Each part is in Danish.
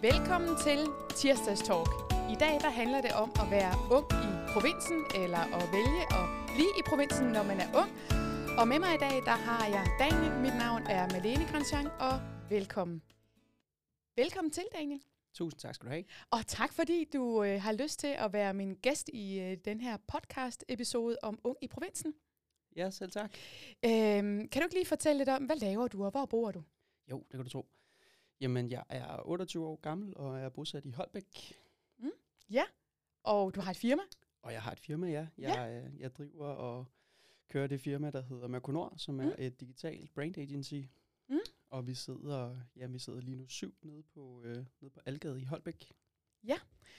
Velkommen til Tirsdagstalk. I dag der handler det om at være ung i provinsen, eller at vælge at blive i provinsen, når man er ung. Og med mig i dag, der har jeg Daniel. Mit navn er Malene Grandjean, og velkommen. Velkommen til, Daniel. Tusind tak skal du have. Og tak fordi du har lyst til at være min gæst i den her podcast-episode om ung i provinsen. Ja, selv tak. Kan du ikke lige fortælle lidt om, hvad laver du, og hvor bor du? Jo, det kan du tro. Jamen, jeg er 28 år gammel, og er bosat i Holbæk. Ja, og du har et firma? Og jeg har et firma, ja. Jeg driver og kører det firma, der hedder Merconor, som er et digitalt brand agency. Og vi sidder lige nu 7 nede på Algade i Holbæk. Ja.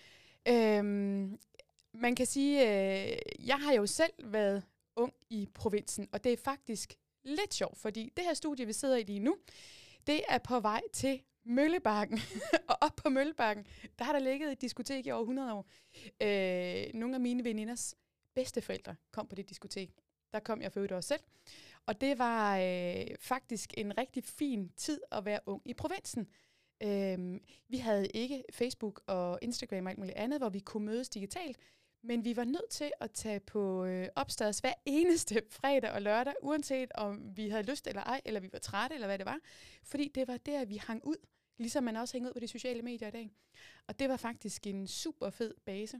Man kan sige, jeg har jo selv været ung i provinsen, og det er faktisk lidt sjovt, fordi det her studie, vi sidder i lige nu, det er på vej til Møllebakken. Og op på Møllebakken, der har der ligget et diskotek i over 100 år. Nogle af mine veninders bedsteforældre kom på det diskotek. Der kom jeg for øvrigt også selv. Og det var faktisk en rigtig fin tid at være ung i provinsen. Vi havde ikke Facebook og Instagram og alt muligt andet, hvor vi kunne mødes digitalt. Men vi var nødt til at tage på opstads hver eneste fredag og lørdag, uanset om vi havde lyst eller ej, eller vi var trætte, eller hvad det var. Fordi det var der, vi hang ud, ligesom man også hænger ud på de sociale medier i dag. Og det var faktisk en super fed base.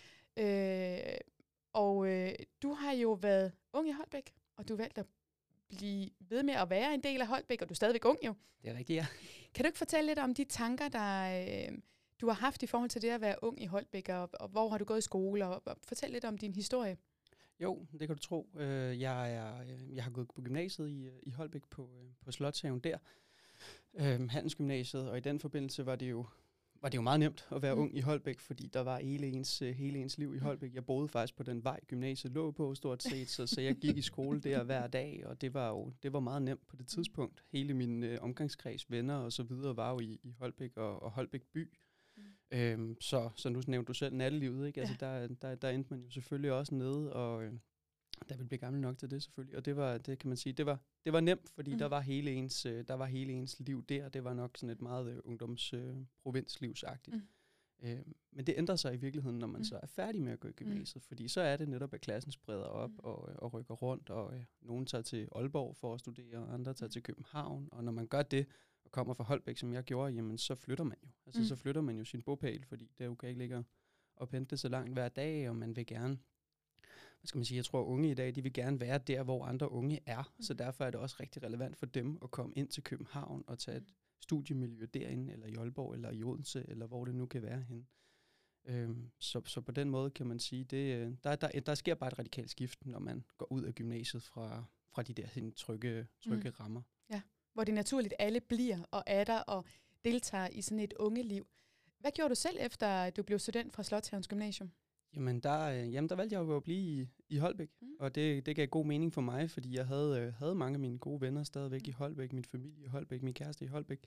Du har jo været ung i Holbæk, og du valgte at blive ved med at være en del af Holbæk, og du er stadigvæk ung jo. Det er rigtigt, ja. Kan du ikke fortælle lidt om de tanker, der du har haft i forhold til det at være ung i Holbæk, og hvor har du gået i skole, og fortæl lidt om din historie. Jo, det kan du tro. Jeg har gået på gymnasiet i Holbæk på Slotshaven der, Handelsgymnasiet, og i den forbindelse var det jo meget nemt at være ung i Holbæk, fordi der var hele ens liv i Holbæk. Jeg boede faktisk på den vej, gymnasiet lå på stort set, så jeg gik i skole der hver dag, og det var meget nemt på det tidspunkt. Hele min omgangskreds, venner og så videre var jo i Holbæk og Holbæk by. Så nu nævnte du selv nattelivet, ikke? Altså der endte man jo selvfølgelig også nede, og der ville blive gammel nok til det selvfølgelig, og det kan man sige, det var nemt, fordi der var hele ens liv der. Det var nok sådan et meget provinslivsagtigt. Men det ændrer sig i virkeligheden, når man så er færdig med at gå i gymnasiet, fordi så er det netop, at klassen spreder op og rykker rundt, og nogen tager til Aalborg for at studere, og andre tager til København, og når man gør det, og kommer fra Holbæk, som jeg gjorde, jamen så flytter man jo. Altså så flytter man jo sin bopæl, fordi det jo kan ikke ligge og pendle så langt hver dag, og man vil gerne, hvad skal man sige, jeg tror unge i dag, de vil gerne være der, hvor andre unge er, så derfor er det også rigtig relevant for dem at komme ind til København og tage et studiemiljø derinde, eller i Aalborg, eller i Odense, eller hvor det nu kan være henne. Så på den måde kan man sige, der sker bare et radikalt skift, når man går ud af gymnasiet fra de der trygge rammer. Ja. Hvor det naturligt alle bliver og er der og deltager i sådan et ungeliv. Hvad gjorde du selv, efter du blev student fra Slotshavens Gymnasium? Jamen der valgte jeg jo at blive i Holbæk, og det gav god mening for mig, fordi jeg havde mange af mine gode venner stadigvæk i Holbæk, min familie i Holbæk, min kæreste i Holbæk.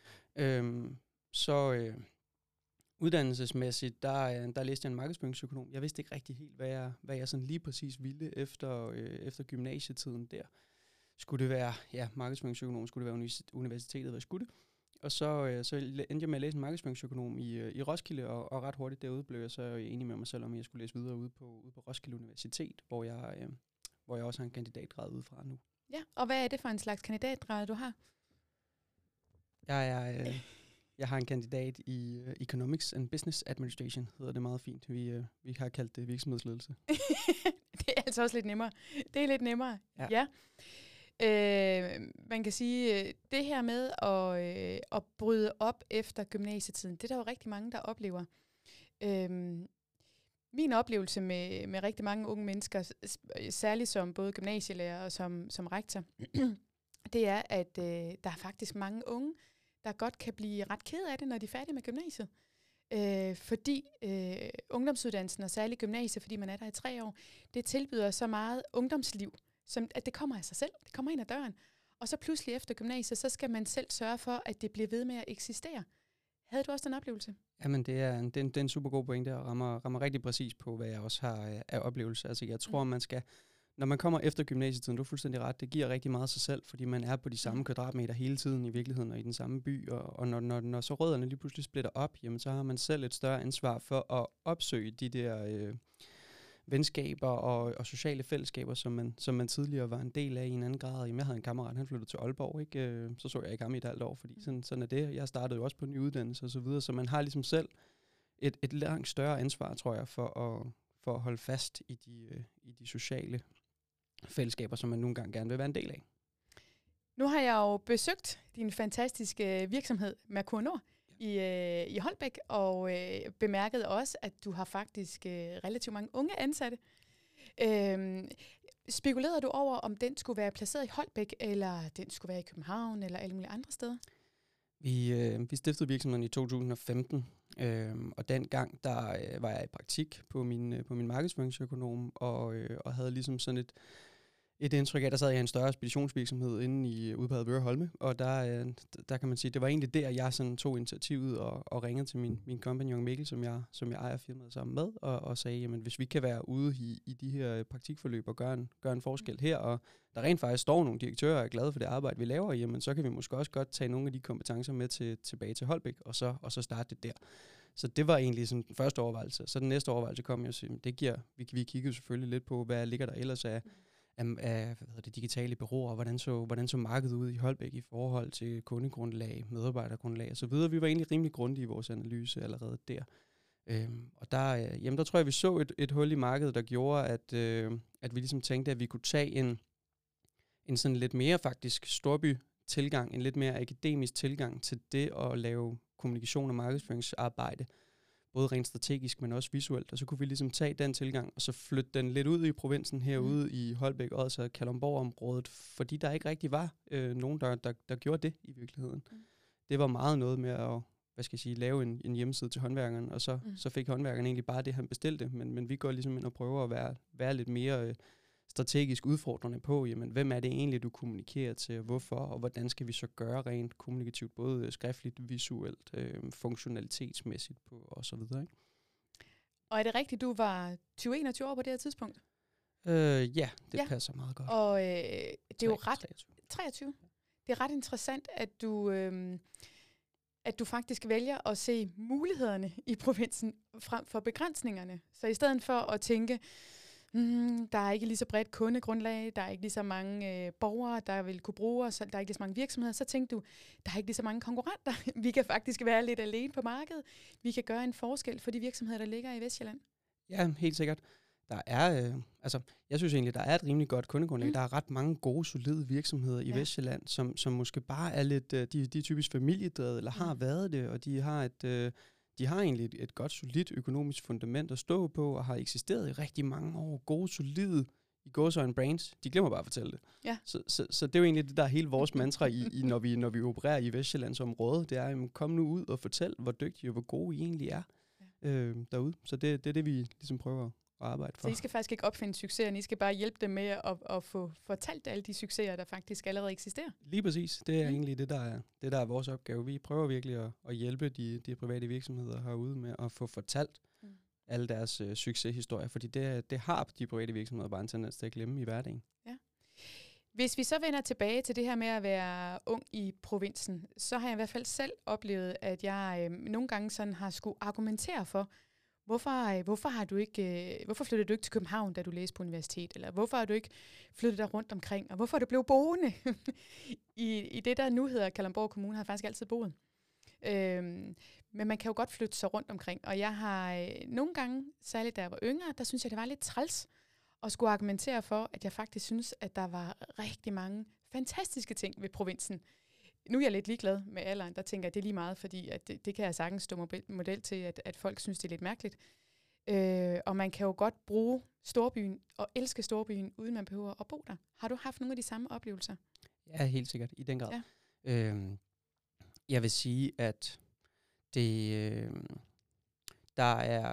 Uddannelsesmæssigt, der læste jeg en markedsføringsøkonom. Jeg vidste ikke rigtig helt, hvad jeg sådan lige præcis ville efter gymnasietiden der. Skulle det være, markedsføringsøkonom, skulle det være universitetet, hvad skulle det? Og så endte jeg med at læse en markedsføringsøkonom i Roskilde, og ret hurtigt derude blev jeg så enig med mig selv om, at jeg skulle læse videre ude på Roskilde Universitet, hvor jeg også har en kandidatgrad udefra nu. Ja, og hvad er det for en slags kandidatgrad, du har? Jeg har en kandidat i Economics and Business Administration, hedder det meget fint. Vi har kaldt det virksomhedsledelse. Det er altså også lidt nemmere. Det er lidt nemmere, ja. Man kan sige, det her med at bryde op efter gymnasietiden, det er der jo rigtig mange, der oplever. Min oplevelse med rigtig mange unge mennesker, særligt som både gymnasielærer og som rektor, det er, at der er faktisk mange unge, der godt kan blive ret ked af det, når de er færdige med gymnasiet. Fordi ungdomsuddannelsen, og særligt gymnasiet, fordi man er der i 3 år, det tilbyder så meget ungdomsliv, som at det kommer af sig selv, det kommer ind ad døren. Og så pludselig efter gymnasiet, så skal man selv sørge for, at det bliver ved med at eksistere. Havde du også den oplevelse? Jamen, det er en super god pointe, og rammer rigtig præcis på, hvad jeg også har af oplevelse. Altså, jeg tror, man skal, når man kommer efter gymnasietiden, du er fuldstændig ret, det giver rigtig meget sig selv, fordi man er på de samme kvadratmeter hele tiden i virkeligheden og i den samme by, og når så rødderne lige pludselig splitter op, jamen så har man selv et større ansvar for at opsøge de der venskaber og sociale fællesskaber, som man tidligere var en del af i en anden grad. Jeg havde en kammerat, han flyttede til Aalborg, ikke? Så jeg ikke ham i et halvt år, fordi sådan er det. Jeg startede jo også på en ny uddannelse og så videre, så man har ligesom selv et langt større ansvar, tror jeg, for at holde fast i de sociale fællesskaber, som man nogle gange gerne vil være en del af. Nu har jeg jo besøgt din fantastiske virksomhed, Merkur Nord, i Holbæk, og bemærkede også, at du har faktisk relativt mange unge ansatte. Spekulerede du over, om den skulle være placeret i Holbæk, eller den skulle være i København, eller alle mulige andre steder? Vi stiftede virksomheden i 2015, og dengang der var jeg i praktik på min markedsføringsøkonom, og havde ligesom sådan et indtryk af, der sad jeg i en større speditionsvirksomhed ude på Avedøre Holme, og der kan man sige, det var egentlig der, jeg sådan tog initiativet og ringede til min kompagnon Mikkel, som jeg ejer firmaet sammen med, og sagde, jamen hvis vi kan være ude i de her praktikforløb og gøre en forskel her, og der rent faktisk står nogle direktører og er glade for det arbejde, vi laver, jamen så kan vi måske også godt tage nogle af de kompetencer med tilbage til Holbæk, og så starte det der. Så det var egentlig sådan den første overvejelse. Så den næste overvejelse kom jo, vi kiggede selvfølgelig lidt på, hvad ligger der ellers af digitale bureauer, hvordan så markedet ud i Holbæk i forhold til kundegrundlag, medarbejdergrundlag og så videre. Vi var egentlig rimelig grundige i vores analyse allerede der. Og der tror jeg, vi så et hul i markedet, der gjorde, at vi ligesom tænkte, at vi kunne tage en sådan lidt mere faktisk storby-tilgang, en lidt mere akademisk tilgang til det at lave kommunikation og markedsføringsarbejde, både rent strategisk, men også visuelt. Og så kunne vi ligesom tage den tilgang, og så flytte den lidt ud i provinsen herude i Holbæk, og altså Kalundborg-området, fordi der ikke rigtig var nogen, der gjorde det i virkeligheden. Det var meget noget med at, lave en hjemmeside til håndværkeren, og så fik håndværkeren egentlig bare det, han bestilte, men vi går ligesom ind og prøver at være lidt mere strategisk udfordrende på, jamen, hvem er det egentlig, du kommunikerer til, hvorfor, og hvordan skal vi så gøre rent kommunikativt, både skriftligt, visuelt, funktionalitetsmæssigt og så videre, ikke? Og er det rigtigt, du var 20-21 år på det her tidspunkt? Ja, det passer meget godt. Og det er jo 23. Det er ret interessant, at du faktisk vælger at se mulighederne i provinsen frem for begrænsningerne. Så i stedet for at tænke, der er ikke lige så bredt kundegrundlag, der er ikke lige så mange borgere, der vil kunne bruge os, der er ikke lige så mange virksomheder, så tænkte du, der er ikke lige så mange konkurrenter. Vi kan faktisk være lidt alene på markedet. Vi kan gøre en forskel for de virksomheder, der ligger i Vestjylland. Ja, helt sikkert. Der er, jeg synes egentlig, der er et rimelig godt kundegrundlag. Der er ret mange gode, solide virksomheder i Vestjylland, som måske bare er lidt, de er typisk familiedrevet, eller har været det, og de har egentlig et godt, solidt økonomisk fundament at stå på, og har eksisteret i rigtig mange år. Gode, solide, i gåseøjne brands. De glemmer bare at fortælle det. Ja. Så det er jo egentlig det, der er hele vores mantra, når vi opererer i Vestjyllands område. Det er, jamen, kom nu ud og fortæl, hvor dygtige og hvor gode I egentlig er derude. Så det er det, vi ligesom prøver at arbejde for. Så I skal faktisk ikke opfinde succeserne, I skal bare hjælpe dem med at få fortalt alle de succeser, der faktisk allerede eksisterer? Lige præcis. Det er egentlig det, der er vores opgave. Vi prøver virkelig at hjælpe de private virksomheder herude med at få fortalt alle deres succeshistorier, fordi det har de private virksomheder bare en tendens til at glemme i hverdagen. Ja. Hvis vi så vender tilbage til det her med at være ung i provinsen, så har jeg i hvert fald selv oplevet, at jeg nogle gange sådan har skulle argumentere for, hvorfor flyttede du ikke til København, da du læste på universitet? Eller hvorfor har du ikke flyttet dig rundt omkring? Og hvorfor er du blevet boende? I det, der nu hedder Kalundborg Kommune, har jeg faktisk altid boet. Men man kan jo godt flytte sig rundt omkring. Og jeg har nogle gange, særligt da jeg var yngre, der synes jeg, det var lidt træls at skulle argumentere for, at jeg faktisk synes, at der var rigtig mange fantastiske ting ved provinsen. Nu er jeg lidt ligeglad med alderen, der tænker jeg, det er lige meget, fordi at det kan jeg sagtens stå model til, at folk synes, det er lidt mærkeligt. Og man kan jo godt bruge storbyen og elske storbyen, uden man behøver at bo der. Har du haft nogle af de samme oplevelser? Ja, helt sikkert, i den grad. Ja. Jeg vil sige, at der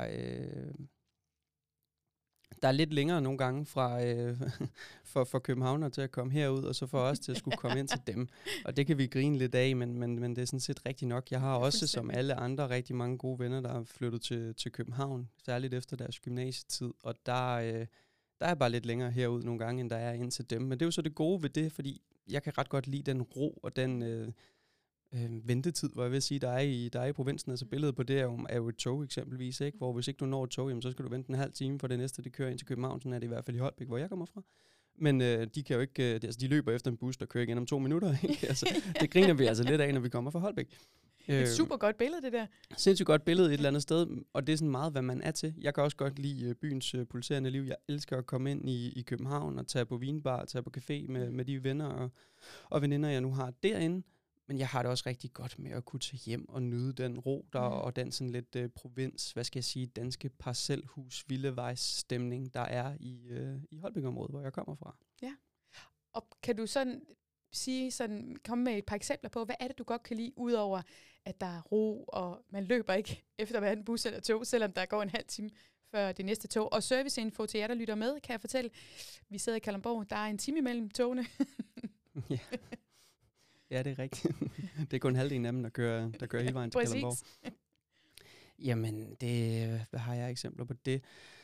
er lidt længere nogle gange for københavner til at komme herud, og så for os til at skulle komme ind til dem. Og det kan vi grine lidt af, men det er sådan set rigtigt nok. Jeg har også, som alle andre, rigtig mange gode venner, der har flyttet til København, særligt efter deres gymnasietid. Og der Der er bare lidt længere herud nogle gange, end der er ind til dem. Men det er jo så det gode ved det, fordi jeg kan ret godt lide den ro og den ventetid, hvor jeg vil sige, der er i provinsen. Altså billedet på det er jo et tog eksempelvis, ikke? Hvor hvis ikke du når et tog, jamen, så skal du vente en halv time, for det næste, det kører ind til København. Sådan er det i hvert fald i Holbæk, hvor jeg kommer fra. Men de kan jo ikke, altså de løber efter en bus, der kører igen om 2 minutter. Ikke? Altså, det griner vi altså lidt af, når vi kommer fra Holbæk. Et super godt billede, det der. Sindssygt godt billede et eller andet sted, og det er sådan meget, hvad man er til. Jeg kan også godt lide byens pulserende liv. Jeg elsker at komme ind i København og tage på vinbar, tage på café med de venner og veninder, jeg nu har derinde. Men jeg har det også rigtig godt med at kunne tage hjem og nyde den ro der, og den sådan lidt provins, hvad skal jeg sige, danske parcelhus, vildevejsstemning, der er i Holbæk-området, hvor jeg kommer fra. Ja, og kan du komme med et par eksempler på, hvad er det, du godt kan lide, udover at der er ro, og man løber ikke efter hverken bus eller tog, selvom der går en halv time før det næste tog. Og serviceinfo til jer, der lytter med, kan jeg fortælle, vi sidder i Kalundborg, der er en time imellem togene. Ja. Ja, det er rigtigt. Det er kun halvdelen af dem, der kører hele vejen til Kalundborg. Jamen, hvad har jeg eksempler på det?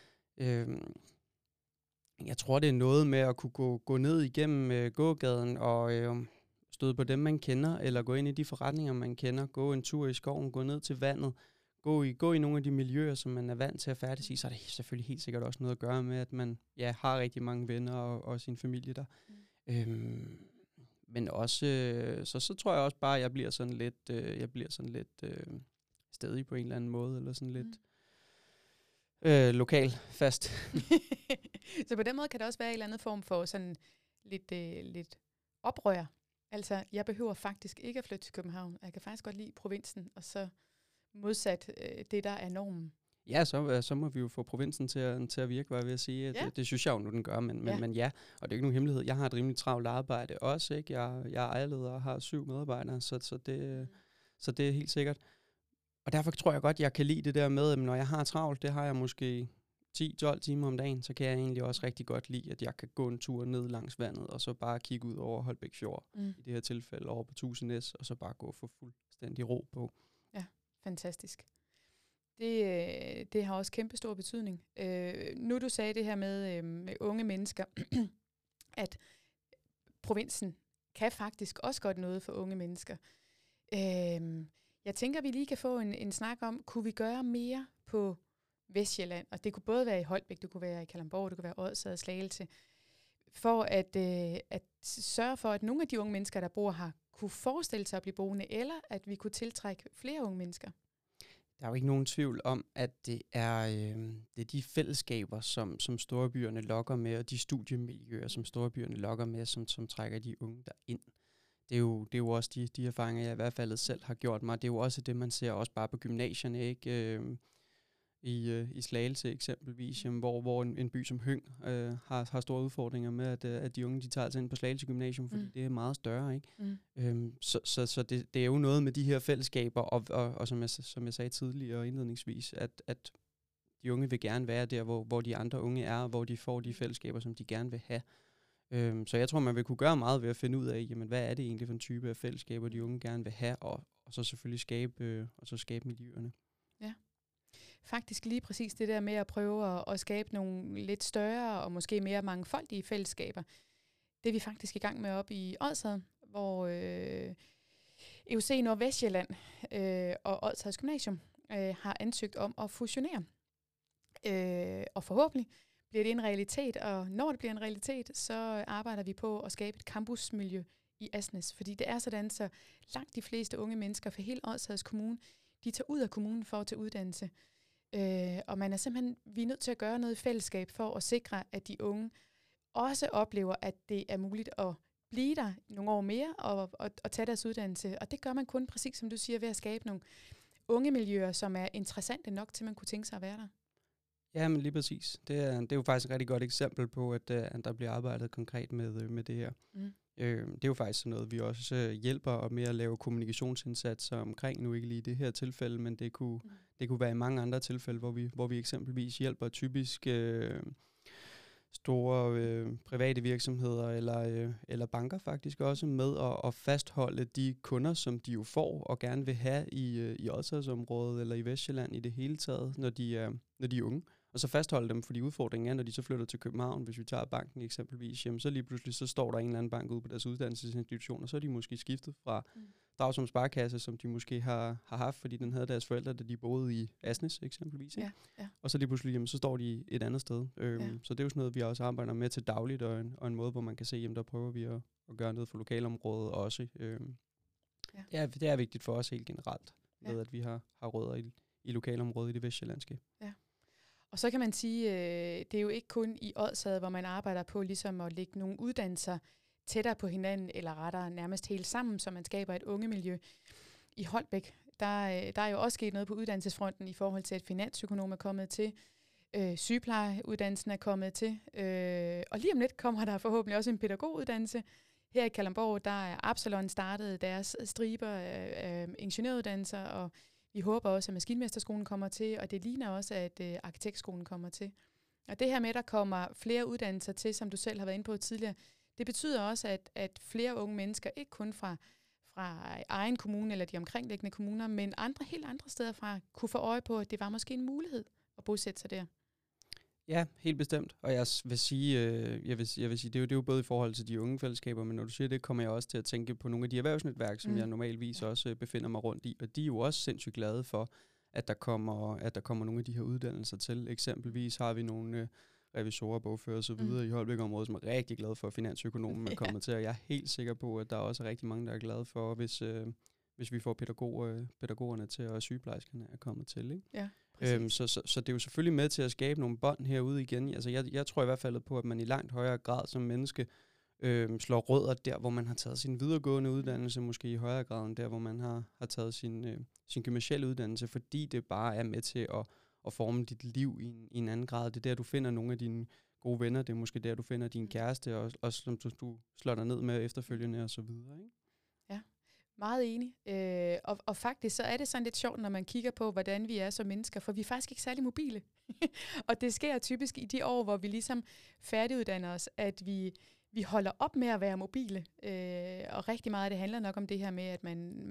Jeg tror, det er noget med at kunne gå ned igennem gågaden og støde på dem, man kender, eller gå ind i de forretninger, man kender, gå en tur i skoven, gå ned til vandet, gå i nogle af de miljøer, som man er vant til at færdes i, så er det selvfølgelig helt sikkert også noget at gøre med, at man har rigtig mange venner og sin familie der. Men også, så tror jeg også bare, at jeg bliver sådan lidt stedig på en eller anden måde, eller sådan lidt lokal fast. Så på den måde kan det også være en eller anden form for sådan lidt oprør. Altså, jeg behøver faktisk ikke at flytte til København. Jeg kan faktisk godt lide provinsen, og så modsat det, der er normen. Ja, så må vi jo få provinsen til at virke, hvad jeg vil sige. Ja. Det synes jeg jo nu, den gør, men ja, og det er ikke nogen hemmelighed. Jeg har et rimelig travlt arbejde også, ikke? Jeg er ejerleder og har 7 medarbejdere, så det er helt sikkert. Og derfor tror jeg godt, jeg kan lide det der med, at når jeg har travlt, det har jeg måske 10-12 timer om dagen, så kan jeg egentlig også rigtig godt lide, at jeg kan gå en tur ned langs vandet, og så bare kigge ud over Holbæk Fjord, i det her tilfælde over på Tusenæs, og så bare gå for fuldstændig ro på. Ja, fantastisk. Det har også kæmpe stor betydning. Nu du sagde det her med unge mennesker, at provinsen kan faktisk også godt noget for unge mennesker. Jeg tænker, vi lige kan få en snak om, kunne vi gøre mere på Vestsjælland? Og det kunne både være i Holbæk, det kunne være i Kalundborg, det kunne være Odsherred og Slagelse, for at sørge for, at nogle af de unge mennesker, der bor her, kunne forestille sig at blive boende, eller at vi kunne tiltrække flere unge mennesker. Der er jo ikke nogen tvivl om, at det er de fællesskaber, som storbyerne lokker med, og de studiemiljøer, som storbyerne lokker med, som trækker de unge derind. Det er jo også de erfaringer, jeg i hvert fald selv har gjort mig. Det er jo også det, man ser også bare på gymnasierne, ikke? I Slagelse eksempelvis, hvor en by som Høng har store udfordringer med, at de unge de tager altså ind på Slagelse Gymnasium, fordi det er meget større, ikke? Så det er jo noget med de her fællesskaber, og som jeg sagde tidligere indledningsvis, at de unge vil gerne være der, hvor de andre unge er, hvor de får de fællesskaber, som de gerne vil have. Så jeg tror, man vil kunne gøre meget ved at finde ud af, jamen, hvad er det egentlig for en type af fællesskaber, de unge gerne vil have, og så selvfølgelig skabe miljøerne. Ja. Faktisk lige præcis det der med at prøve at skabe nogle lidt større og måske mere mangfoldige fællesskaber. Det er vi faktisk i gang med op i Odsherred, hvor EUC Nordvestjylland og Odsherreds Gymnasium har ansøgt om at fusionere. Og forhåbentlig bliver det en realitet, og når det bliver en realitet, så arbejder vi på at skabe et campusmiljø i Asnæs. Fordi det er sådan, så langt de fleste unge mennesker fra hele Odsherreds Kommune, de tager ud af kommunen for at tage uddannelse. Og vi er nødt til at gøre noget i fællesskab for at sikre, at de unge også oplever, at det er muligt at blive der nogle år mere og tage deres uddannelse. Og det gør man kun, præcis som du siger, ved at skabe nogle unge miljøer, som er interessante nok til, man kunne tænke sig at være der. Ja, men lige præcis. Det er jo faktisk et rigtig godt eksempel på, at der bliver arbejdet konkret med det her. Det er jo faktisk sådan noget, vi også hjælper med at lave kommunikationsindsatser omkring, nu ikke lige det her tilfælde, men det kunne være i mange andre tilfælde, hvor vi eksempelvis hjælper typisk store private virksomheder eller banker faktisk også med at fastholde de kunder, som de jo får og gerne vil have i Odsherredsområdet eller i Vestsjælland i det hele taget, når de er unge. og så fastholde dem, fordi udfordringen er, når de så flytter til København, hvis vi tager banken eksempelvis, jamen, så lige pludselig så står der en eller anden bank ude på deres uddannelsesinstitution, og så er de måske skiftet fra Dragsholm Sparekasse, som de måske har haft, fordi den havde deres forældre, da de boede i Asnes eksempelvis. Ja, ja. Og så lige pludselig, jamen, så står de et andet sted. Så det er jo sådan noget, vi også arbejder med til dagligt, og en måde, hvor man kan se, jamen, der prøver vi at gøre noget for lokalområdet også. Det er vigtigt for os helt generelt, med at vi har rødder i lokalområdet i det vestsjællandske. Ja. Og så kan man sige, det er jo ikke kun i Odsherred, hvor man arbejder på ligesom at lægge nogle uddannelser tættere på hinanden, eller rettere nærmest helt sammen, så man skaber et ungemiljø. I Holbæk, der er jo også sket noget på uddannelsesfronten i forhold til, at finansøkonom er kommet til, sygeplejeuddannelsen er kommet til, og lige om lidt kommer der forhåbentlig også en pædagoguddannelse. Her i Kalundborg, der er Absalon startet deres striber af ingeniøruddannelser, og vi håber også, at maskinmesterskolen kommer til, og det ligner også, at arkitektskolen kommer til. Og det her med, at der kommer flere uddannelser til, som du selv har været inde på tidligere, det betyder også, at flere unge mennesker, ikke kun fra egen kommune eller de omkringliggende kommuner, men helt andre steder fra, kunne få øje på, at det var måske en mulighed at bosætte sig der. Ja, helt bestemt. Og jeg vil sige, det er jo både i forhold til de unge fællesskaber, men når du siger det, kommer jeg også til at tænke på nogle af de erhvervsnetværk, som jeg normalvis også befinder mig rundt i, og de er jo også sindssygt glade for, at der kommer nogle af de her uddannelser til. Eksempelvis har vi nogle revisorer, bogfører og så videre i Holbæk-området, som er rigtig glade for, at finansøkonomen er kommet til, og jeg er helt sikker på, at der er også rigtig mange, der er glade for, hvis vi får pædagogerne til, og sygeplejerskerne er kommet til, ikke? Ja. Så det er jo selvfølgelig med til at skabe nogle bånd herude igen. Altså jeg tror i hvert fald på, at man i langt højere grad som menneske slår rødder der, hvor man har taget sin videregående uddannelse, måske i højere grad end der, hvor man har taget sin gymnasiale uddannelse, fordi det bare er med til at forme dit liv i en anden grad. Det er der, du finder nogle af dine gode venner, det er måske der, du finder din kæreste, og som du slår dig ned med efterfølgende og så videre, ikke? Ja. Meget enig. Og faktisk så er det sådan lidt sjovt, når man kigger på, hvordan vi er som mennesker, for vi er faktisk ikke særlig mobile. Og det sker typisk i de år, hvor vi ligesom færdiguddanner os, at vi holder op med at være mobile. Og rigtig meget af det handler nok om det her med, at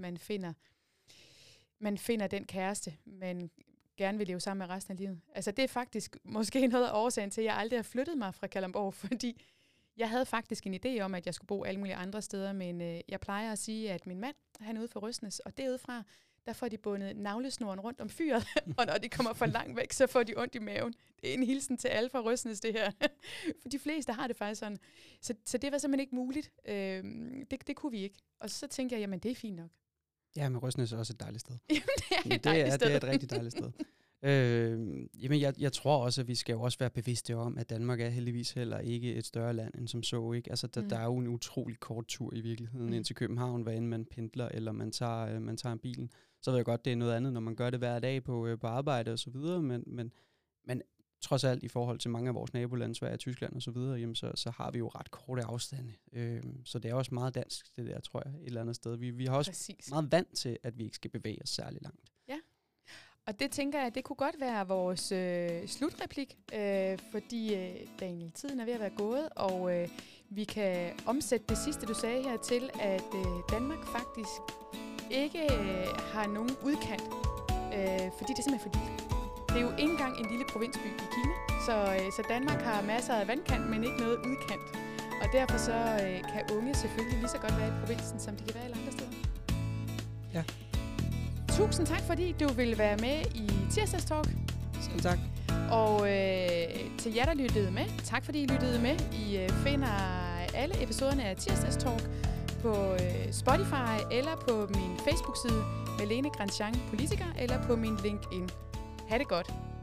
man finder den kæreste, man gerne vil leve sammen med resten af livet. Altså det er faktisk måske noget af årsagen til, at jeg aldrig har flyttet mig fra Kalundborg, fordi jeg havde faktisk en idé om, at jeg skulle bo alle mulige andre steder, men jeg plejer at sige, at min mand, han er ude for Røsnes, og derudfra, der får de bundet navlesnoren rundt om fyret, og når de kommer for langt væk, så får de ondt i maven. Det er en hilsen til alle fra Røsnes, det her. For de fleste har det faktisk sådan. Så det var simpelthen ikke muligt. Det kunne vi ikke. Og så tænkte jeg, jamen det er fint nok. Ja, men Røsnes er også et dejligt sted. Jamen det er et dejligt sted. Det er et rigtig dejligt sted. Jamen jeg tror også, at vi skal jo også være bevidste om, at Danmark er heldigvis heller ikke et større land end som så, ikke? Altså der er jo en utrolig kort tur i virkeligheden ind til København, hvad end man pendler eller man tager en bilen. Så ved jeg godt, det er noget andet, når man gør det hver dag på arbejde og så videre, men trods alt i forhold til mange af vores nabolande, Sverige, Tyskland og så videre, jamen så har vi jo ret korte afstande. Så det er også meget dansk, det der, tror jeg, et eller andet sted. Vi har også meget vant til, at vi ikke skal bevæge os særlig langt. Ja. Og det tænker jeg, det kunne godt være vores slutreplik, fordi Daniel, tiden er ved at være gået, og vi kan omsætte det sidste, du sagde her til, at Danmark faktisk ikke har nogen udkant, fordi det er simpelthen for lille. Det er jo ikke engang en lille provinsby i Kina, så Danmark har masser af vandkant, men ikke noget udkant. Og derfor så kan unge selvfølgelig lige så godt være i provinsen, som de kan være alle andre steder. Ja. Tusind tak, fordi du ville være med i Tirsdagstalk. Selv tak. Og til jer, der lyttede med, tak fordi I lyttede med. I finder alle episoderne af Tirsdagstalk på Spotify eller på min Facebook-side Malene Grandjean Politiker eller på min LinkedIn. Ha' det godt.